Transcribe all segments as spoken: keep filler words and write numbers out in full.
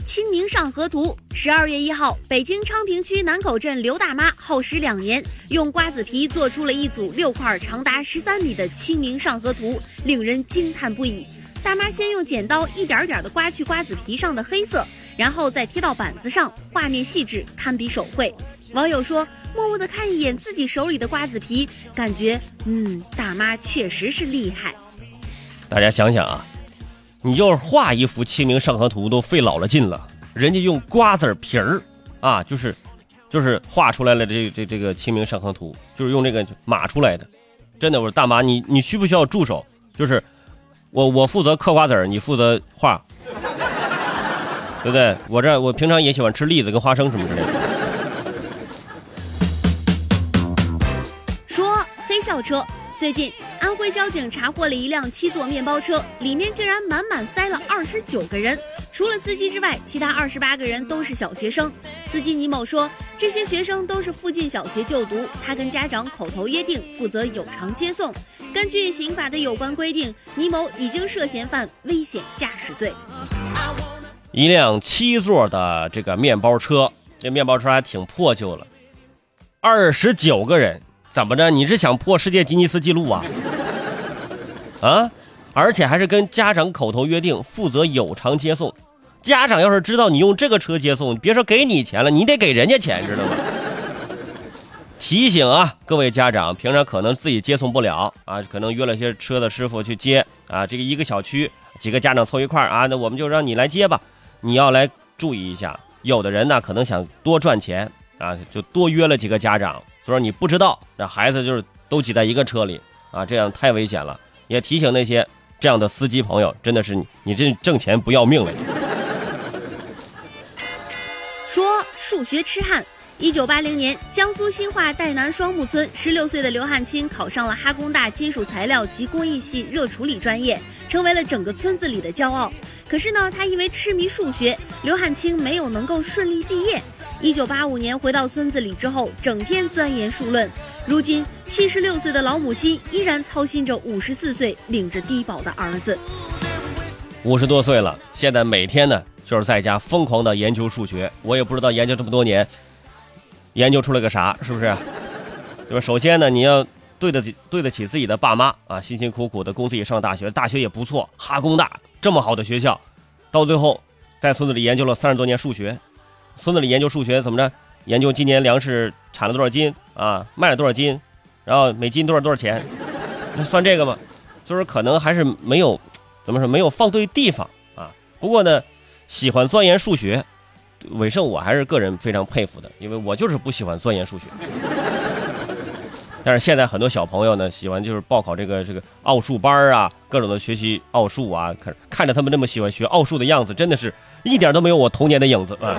清明上河图。十二月一号，北京昌平区南口镇刘大妈耗时两年，用瓜子皮做出了一组六块长达十三米的清明上河图，令人惊叹不已。大妈先用剪刀一点点地刮去瓜子皮上的黑色，然后再贴到板子上，画面细致，堪比手绘。网友说，默默地看一眼自己手里的瓜子皮，感觉嗯，大妈确实是厉害。 大家想想啊，你就是画一幅清明上河图都费老了劲了，人家用瓜子皮儿啊，就是就是画出来了这这这个清明上河图，就是用这个码出来的。真的，我说大妈，你你需不需要助手？就是我我负责嗑瓜子儿，你负责画，对不对？我这我平常也喜欢吃栗子跟花生什么之类的。 说黑校车，最近安徽交警查获了一辆七座面包车，里面竟然满满塞了二十九个人，除了司机之外，其他二十八个人都是小学生。司机倪某说，这些学生都是附近小学就读，他跟家长口头约定负责有偿接送。根据刑法的有关规定，倪某已经涉嫌犯危险驾驶罪。 一辆七座的这个面包车，这面包车还挺破旧了，二十九个人，怎么着？你是想破世界吉尼斯纪录啊？啊！而且还是跟家长口头约定负责有偿接送。家长要是知道你用这个车接送，别说给你钱了，你得给人家钱，知道吗？提醒啊，各位家长，平常可能自己接送不了啊，可能约了些车的师傅去接啊。这个一个小区几个家长凑一块啊，那我们就让你来接吧。你要来注意一下，有的人呢可能想多赚钱啊，就多约了几个家长，所以说你不知道，那孩子就是都挤在一个车里啊，这样太危险了。也提醒那些这样的司机朋友，真的是你你这挣钱不要命了。 说数学痴汉。一九八零年，江苏兴化岱南双木村十六岁的刘汉清考上了哈工大金属材料及工艺系热处理专业，成为了整个村子里的骄傲。可是呢，他因为痴迷数学，刘汉清没有能够顺利毕业。一九八五年回到村子里之后，整天钻研数论。如今七十六岁的老母亲依然操心着五十四岁领着低保的儿子。 五十多岁了，现在每天呢就是在家疯狂的研究数学。我也不知道研究这么多年，研究出了个啥，是不是？就是首先呢，你要对得起对得起自己的爸妈啊，辛辛苦苦的供自己上大学，大学也不错，哈工大这么好的学校，到最后在村子里研究了三十多年数学。村子里研究数学怎么着？研究今年粮食产了多少斤啊，卖了多少斤，然后每斤多少多少钱，算这个吗？就是可能还是没有怎么说，没有放对地方啊。不过呢，喜欢钻研数学，伟盛我还是个人非常佩服的，因为我就是不喜欢钻研数学。但是现在很多小朋友呢，喜欢就是报考这个这个奥数班啊，各种的学习奥数啊，看看着他们那么喜欢学奥数的样子，真的是一点都没有我童年的影子啊。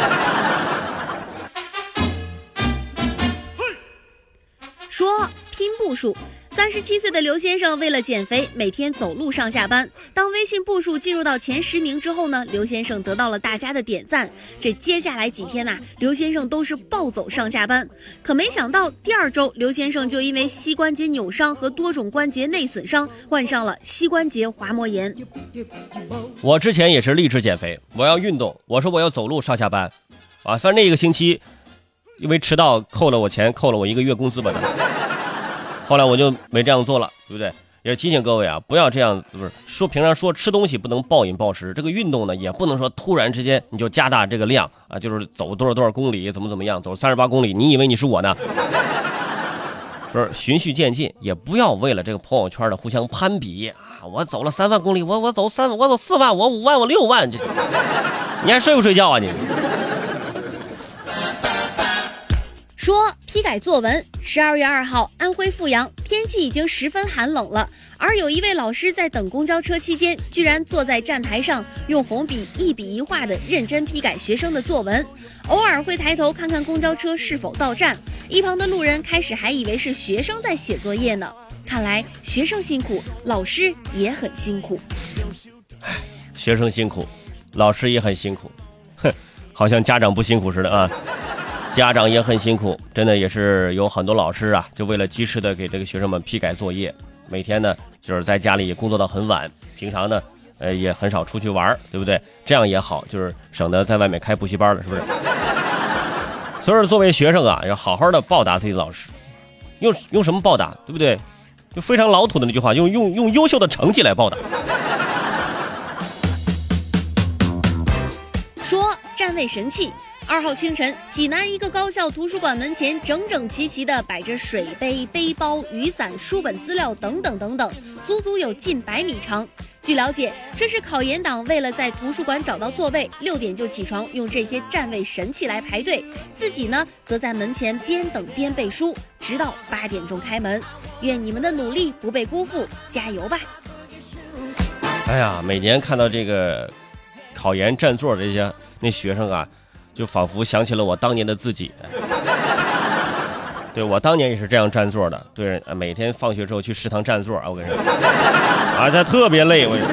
说拼步数。三十七岁的刘先生为了减肥，每天走路上下班。当微信步数进入到前十名之后呢，刘先生得到了大家的点赞。这接下来几天呐、啊，刘先生都是暴走上下班。可没想到，第二周刘先生就因为膝关节扭伤和多种关节内损伤，患上了膝关节滑膜炎。 我之前也是励志减肥，我要运动，我说我要走路上下班，啊，反正那一个星期，因为迟到扣了我钱，扣了我一个月工资吧。后来我就没这样做了，对不对？也提醒各位啊，不要这样，不是说平常说吃东西不能暴饮暴食，这个运动呢也不能说突然之间你就加大这个量啊，就是走多少多少公里，怎么怎么样，走三十八公里，你以为你是我呢？说循序渐进，也不要为了这个朋友圈的互相攀比啊，我走了三万公里，我我走三我走四万，我五万，我六万，这你还睡不睡觉啊你？ 说批改作文。十二月二号，安徽阜阳，天气已经十分寒冷了，而有一位老师在等公交车期间，居然坐在站台上，用红笔一笔一画的认真批改学生的作文，偶尔会抬头看看公交车是否到站。一旁的路人开始还以为是学生在写作业呢，看来学生辛苦，老师也很辛苦。 学生辛苦，老师也很辛苦，哼，好像家长不辛苦似的啊。家长也很辛苦，真的也是有很多老师啊，就为了及时的给这个学生们批改作业，每天呢就是在家里工作到很晚，平常呢呃，也很少出去玩，对不对？这样也好，就是省得在外面开补习班了，是不是？所以说，作为学生啊，要好好的报答自己的老师，用用什么报答，对不对？就非常老土的那句话，用用用优秀的成绩来报答。 说站位神器。二号清晨，济南一个高校图书馆门前整整齐齐地摆着水杯、背包、雨伞、书本资料等等等等，足足有近百米长。据了解，这是考研党为了在图书馆找到座位，六点就起床，用这些站位神器来排队，自己呢则在门前边等边背书，直到八点钟开门。愿你们的努力不被辜负，加油吧！ 哎呀，每年看到这个考研占座这些那学生啊，就仿佛想起了我当年的自己。对，我当年也是这样占座的，对，每天放学之后去食堂占座啊，我跟你说，啊，这特别累，我跟你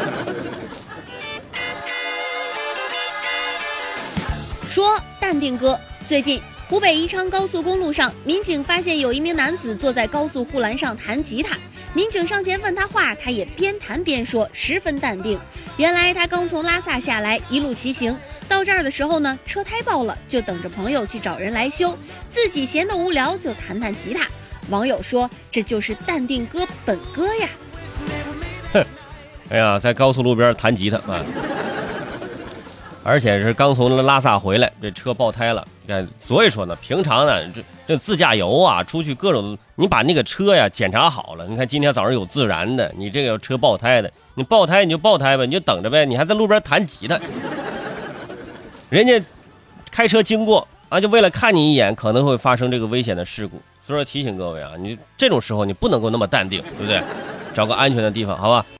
说。说淡定哥，最近湖北宜昌高速公路上，民警发现有一名男子坐在高速护栏上弹吉他。民警上前问他话，他也边弹边说，十分淡定。原来他刚从拉萨下来，一路骑行到这儿的时候呢，车胎爆了，就等着朋友去找人来修，自己闲得无聊就弹弹吉他。网友说，这就是淡定哥本哥呀。 哼，哎呀，在高速路边弹吉他啊，而且是刚从拉萨回来，这车爆胎了。你看，所以说呢，平常呢，这这自驾游啊，出去各种，你把那个车呀检查好了。你看今天早上有自燃的，你这个车爆胎的，你爆胎你就爆胎呗，你就等着呗，你还在路边弹吉他，人家开车经过啊，就为了看你一眼，可能会发生这个危险的事故。所以说提醒各位啊，你这种时候你不能够那么淡定，对不对？找个安全的地方，好吧。